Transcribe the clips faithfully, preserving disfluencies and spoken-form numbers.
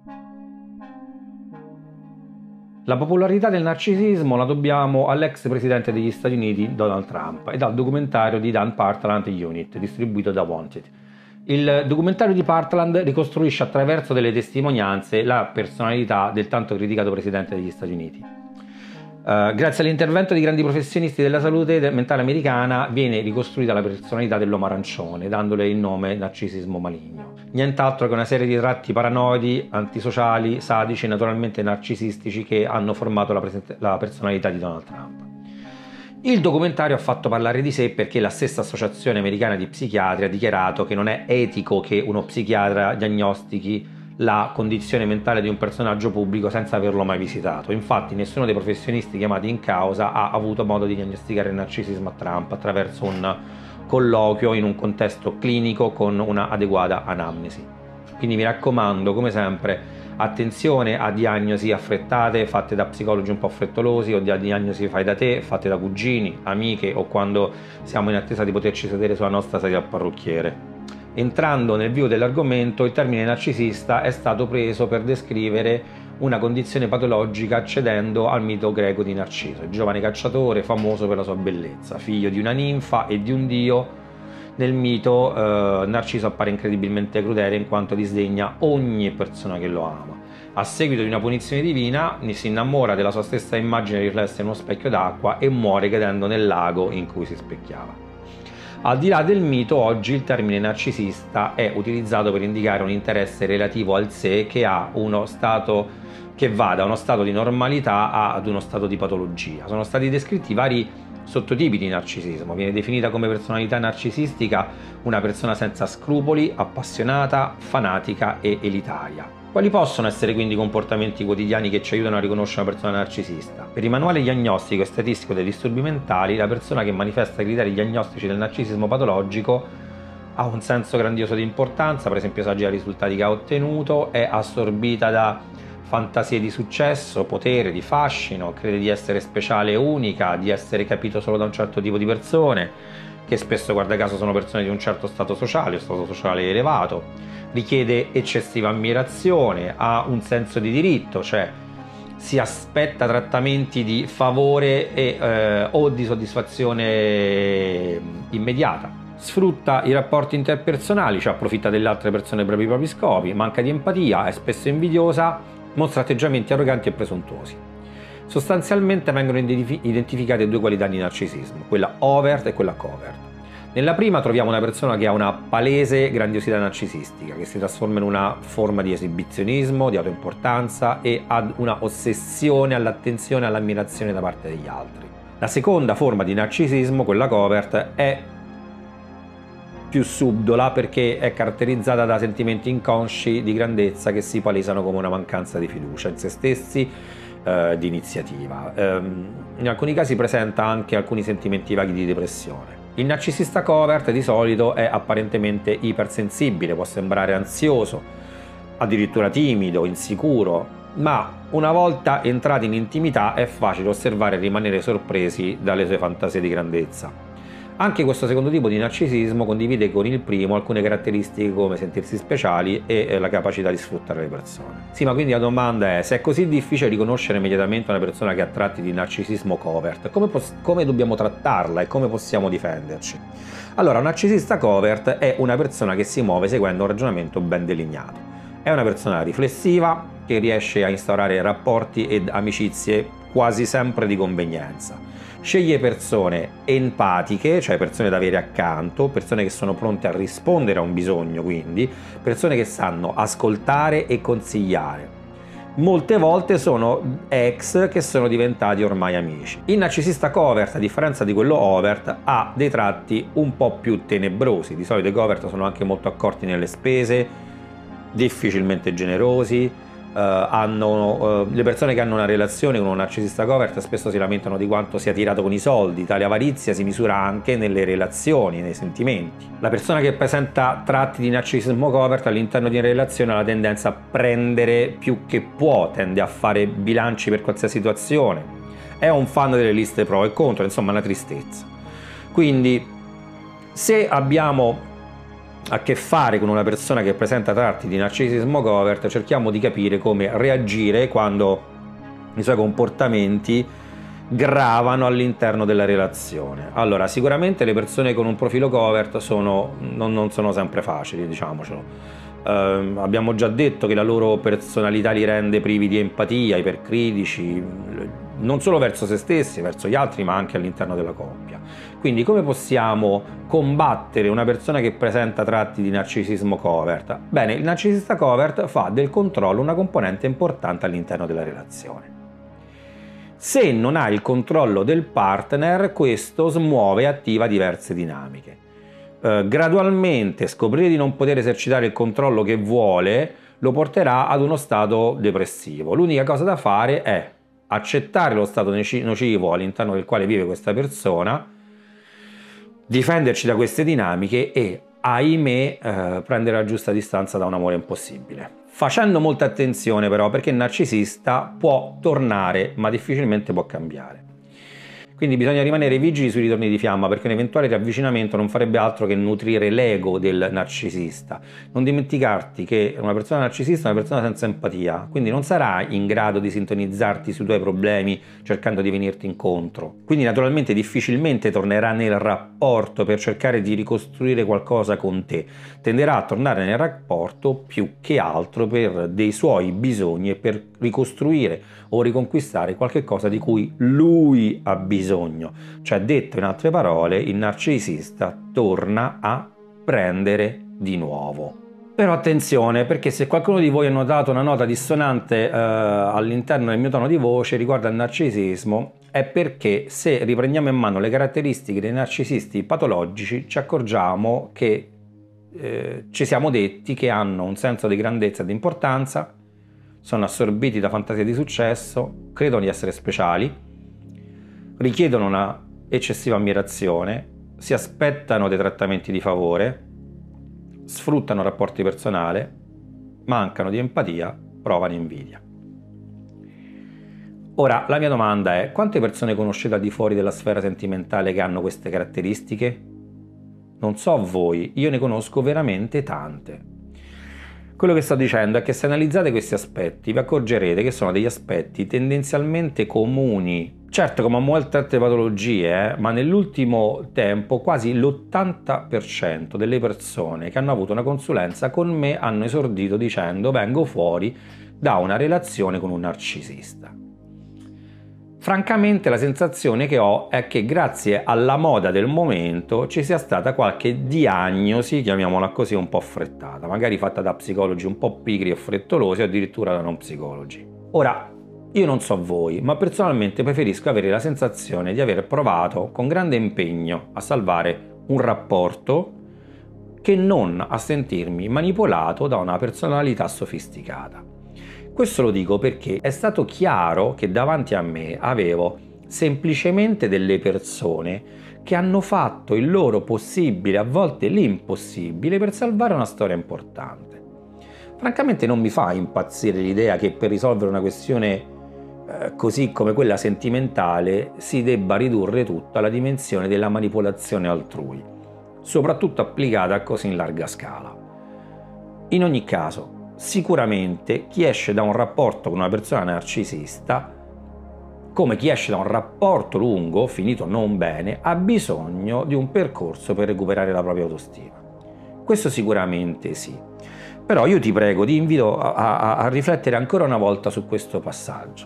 La popolarità del narcisismo la dobbiamo all'ex presidente degli Stati Uniti Donald Trump e dal documentario di Dan Partland Unit, distribuito da Wanted. Il documentario di Partland ricostruisce attraverso delle testimonianze la personalità del tanto criticato presidente degli Stati Uniti. Uh, grazie all'intervento di grandi professionisti della salute mentale americana viene ricostruita la personalità dell'uomo arancione, dandole il nome narcisismo maligno. Nient'altro che una serie di tratti paranoidi, antisociali, sadici e naturalmente narcisistici che hanno formato la, la personalità di Donald Trump. Il documentario ha fatto parlare di sé perché la stessa Associazione Americana di Psichiatri ha dichiarato che non è etico che uno psichiatra diagnostichi la condizione mentale di un personaggio pubblico senza averlo mai visitato. Infatti nessuno dei professionisti chiamati in causa ha avuto modo di diagnosticare il narcisismo a Trump attraverso un colloquio in un contesto clinico con una adeguata anamnesi. Quindi mi raccomando, come sempre, attenzione a diagnosi affrettate fatte da psicologi un po' frettolosi o a diagnosi fai da te, fatte da cugini, amiche o quando siamo in attesa di poterci sedere sulla nostra sedia al parrucchiere. Entrando nel vivo dell'argomento, il termine narcisista è stato preso per descrivere una condizione patologica accedendo al mito greco di Narciso, il giovane cacciatore famoso per la sua bellezza, figlio di una ninfa e di un dio. Nel mito eh, Narciso appare incredibilmente crudele in quanto disdegna ogni persona che lo ama. A seguito di una punizione divina si innamora della sua stessa immagine riflessa in uno specchio d'acqua e muore cadendo nel lago in cui si specchiava. Al di là del mito, oggi il termine narcisista è utilizzato per indicare un interesse relativo al sé che ha uno stato che va da uno stato di normalità ad uno stato di patologia. Sono stati descritti vari sottotipi di narcisismo. Viene definita come personalità narcisistica una persona senza scrupoli, appassionata, fanatica e elitaria. Quali possono essere quindi i comportamenti quotidiani che ci aiutano a riconoscere una persona narcisista? Per il manuale diagnostico e statistico dei disturbi mentali, la persona che manifesta i criteri diagnostici del narcisismo patologico ha un senso grandioso di importanza, per esempio esagera i risultati che ha ottenuto, è assorbita da fantasie di successo, potere, di fascino, crede di essere speciale e unica, di essere capito solo da un certo tipo di persone, che spesso guarda caso sono persone di un certo stato sociale, stato sociale elevato, richiede eccessiva ammirazione, ha un senso di diritto, cioè si aspetta trattamenti di favore e, eh, o di soddisfazione immediata, sfrutta i rapporti interpersonali, cioè approfitta delle altre persone per i propri scopi, manca di empatia, è spesso invidiosa, mostra atteggiamenti arroganti e presuntuosi. Sostanzialmente vengono identificate due qualità di narcisismo, quella overt e quella covert. Nella prima troviamo una persona che ha una palese grandiosità narcisistica, che si trasforma in una forma di esibizionismo, di autoimportanza e ad una ossessione all'attenzione e all'ammirazione da parte degli altri. La seconda forma di narcisismo, quella covert, è più subdola perché è caratterizzata da sentimenti inconsci di grandezza che si palesano come una mancanza di fiducia in se stessi, eh, di iniziativa. Ehm, in alcuni casi presenta anche alcuni sentimenti vaghi di depressione. Il narcisista covert di solito è apparentemente ipersensibile, può sembrare ansioso, addirittura timido, insicuro, ma una volta entrati in intimità è facile osservare e rimanere sorpresi dalle sue fantasie di grandezza. Anche questo secondo tipo di narcisismo condivide con il primo alcune caratteristiche come sentirsi speciali e la capacità di sfruttare le persone. Sì, ma quindi la domanda è: se è così difficile riconoscere immediatamente una persona che ha tratti di narcisismo covert, come, come dobbiamo trattarla e come possiamo difenderci? Allora, un narcisista covert è una persona che si muove seguendo un ragionamento ben delineato. È una persona riflessiva che riesce a instaurare rapporti ed amicizie quasi sempre di convenienza. Sceglie persone empatiche, cioè persone da avere accanto, persone che sono pronte a rispondere a un bisogno, quindi persone che sanno ascoltare e consigliare. Molte volte sono ex che sono diventati ormai amici. Il narcisista covert, a differenza di quello overt, ha dei tratti un po' più tenebrosi. Di solito i covert sono anche molto accorti nelle spese, difficilmente generosi. Uh, hanno, uh, le persone che hanno una relazione con un narcisista covert spesso si lamentano di quanto sia tirato con i soldi. Tale avarizia si misura anche nelle relazioni, nei sentimenti. La persona che presenta tratti di narcisismo covert all'interno di una relazione ha la tendenza a prendere più che può, tende a fare bilanci per qualsiasi situazione, è un fan delle liste pro e contro, insomma una tristezza. Quindi se abbiamo a che fare con una persona che presenta tratti di narcisismo covert, cerchiamo di capire come reagire quando i suoi comportamenti gravano all'interno della relazione. Allora, sicuramente le persone con un profilo covert sono, non, non sono sempre facili, diciamocelo. Uh, abbiamo già detto che la loro personalità li rende privi di empatia, ipercritici, non solo verso se stessi, verso gli altri, ma anche all'interno della coppia. Quindi come possiamo combattere una persona che presenta tratti di narcisismo covert? Bene, il narcisista covert fa del controllo una componente importante all'interno della relazione. Se non ha il controllo del partner, questo smuove e attiva diverse dinamiche. Uh, gradualmente scoprire di non poter esercitare il controllo che vuole lo porterà ad uno stato depressivo. L'unica cosa da fare è accettare lo stato nocivo all'interno del quale vive questa persona, difenderci da queste dinamiche e, ahimè, eh, prendere la giusta distanza da un amore impossibile. Facendo molta attenzione però, perché il narcisista può tornare ma difficilmente può cambiare. Quindi bisogna rimanere vigili sui ritorni di fiamma, perché un eventuale riavvicinamento non farebbe altro che nutrire l'ego del narcisista. Non dimenticarti che una persona narcisista è una persona senza empatia, quindi non sarà in grado di sintonizzarti sui tuoi problemi cercando di venirti incontro. Quindi naturalmente difficilmente tornerà nel rapporto per cercare di ricostruire qualcosa con te. Tenderà a tornare nel rapporto più che altro per dei suoi bisogni e per ricostruire o riconquistare qualche cosa di cui lui ha bisogno. Cioè, detto in altre parole, il narcisista torna a prendere di nuovo. Però attenzione, perché se qualcuno di voi ha notato una nota dissonante eh, all'interno del mio tono di voce riguardo al narcisismo, è perché se riprendiamo in mano le caratteristiche dei narcisisti patologici ci accorgiamo che eh, ci siamo detti che hanno un senso di grandezza e di importanza, sono assorbiti da fantasie di successo, credono di essere speciali, richiedono una eccessiva ammirazione, si aspettano dei trattamenti di favore, sfruttano rapporti personali, mancano di empatia, provano invidia. Ora, la mia domanda è: quante persone conoscete al di fuori della sfera sentimentale che hanno queste caratteristiche? Non so voi, io ne conosco veramente tante. Quello che sto dicendo è che se analizzate questi aspetti vi accorgerete che sono degli aspetti tendenzialmente comuni. Certo, come a molte altre patologie, eh, ma nell'ultimo tempo quasi l'ottanta per cento delle persone che hanno avuto una consulenza con me hanno esordito dicendo: vengo fuori da una relazione con un narcisista. Francamente la sensazione che ho è che grazie alla moda del momento ci sia stata qualche diagnosi, chiamiamola così, un po' affrettata, magari fatta da psicologi un po' pigri e frettolosi o addirittura da non psicologi. Ora, io non so voi, ma personalmente preferisco avere la sensazione di aver provato con grande impegno a salvare un rapporto che non a sentirmi manipolato da una personalità sofisticata. Questo lo dico perché è stato chiaro che davanti a me avevo semplicemente delle persone che hanno fatto il loro possibile, a volte l'impossibile, per salvare una storia importante. Francamente non mi fa impazzire l'idea che per risolvere una questione eh, così come quella sentimentale si debba ridurre tutto alla dimensione della manipolazione altrui, soprattutto applicata a così in larga scala. In ogni caso, sicuramente chi esce da un rapporto con una persona narcisista, come chi esce da un rapporto lungo, finito non bene, ha bisogno di un percorso per recuperare la propria autostima. Questo sicuramente sì. Però io ti prego, ti invito a, a, a riflettere ancora una volta su questo passaggio.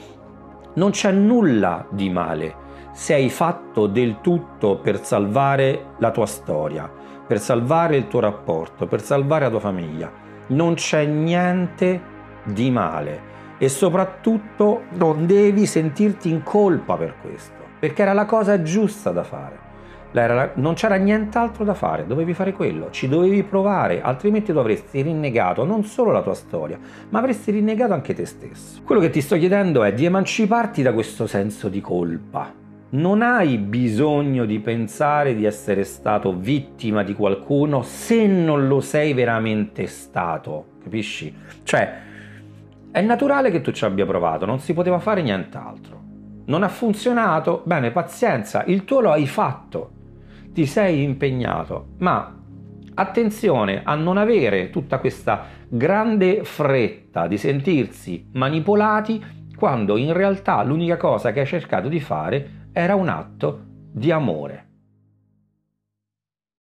Non c'è nulla di male se hai fatto del tutto per salvare la tua storia, per salvare il tuo rapporto, per salvare la tua famiglia. Non c'è niente di male e soprattutto non devi sentirti in colpa per questo, perché era la cosa giusta da fare. La, non c'era nient'altro da fare, dovevi fare quello, ci dovevi provare, altrimenti tu avresti rinnegato non solo la tua storia, ma avresti rinnegato anche te stesso. Quello che ti sto chiedendo è di emanciparti da questo senso di colpa. Non hai bisogno di pensare di essere stato vittima di qualcuno se non lo sei veramente stato, capisci? Cioè, è naturale che tu ci abbia provato, non si poteva fare nient'altro. Non ha funzionato? Bene, pazienza, il tuo lo hai fatto, ti sei impegnato, ma attenzione a non avere tutta questa grande fretta di sentirsi manipolati, quando in realtà l'unica cosa che hai cercato di fare era un atto di amore.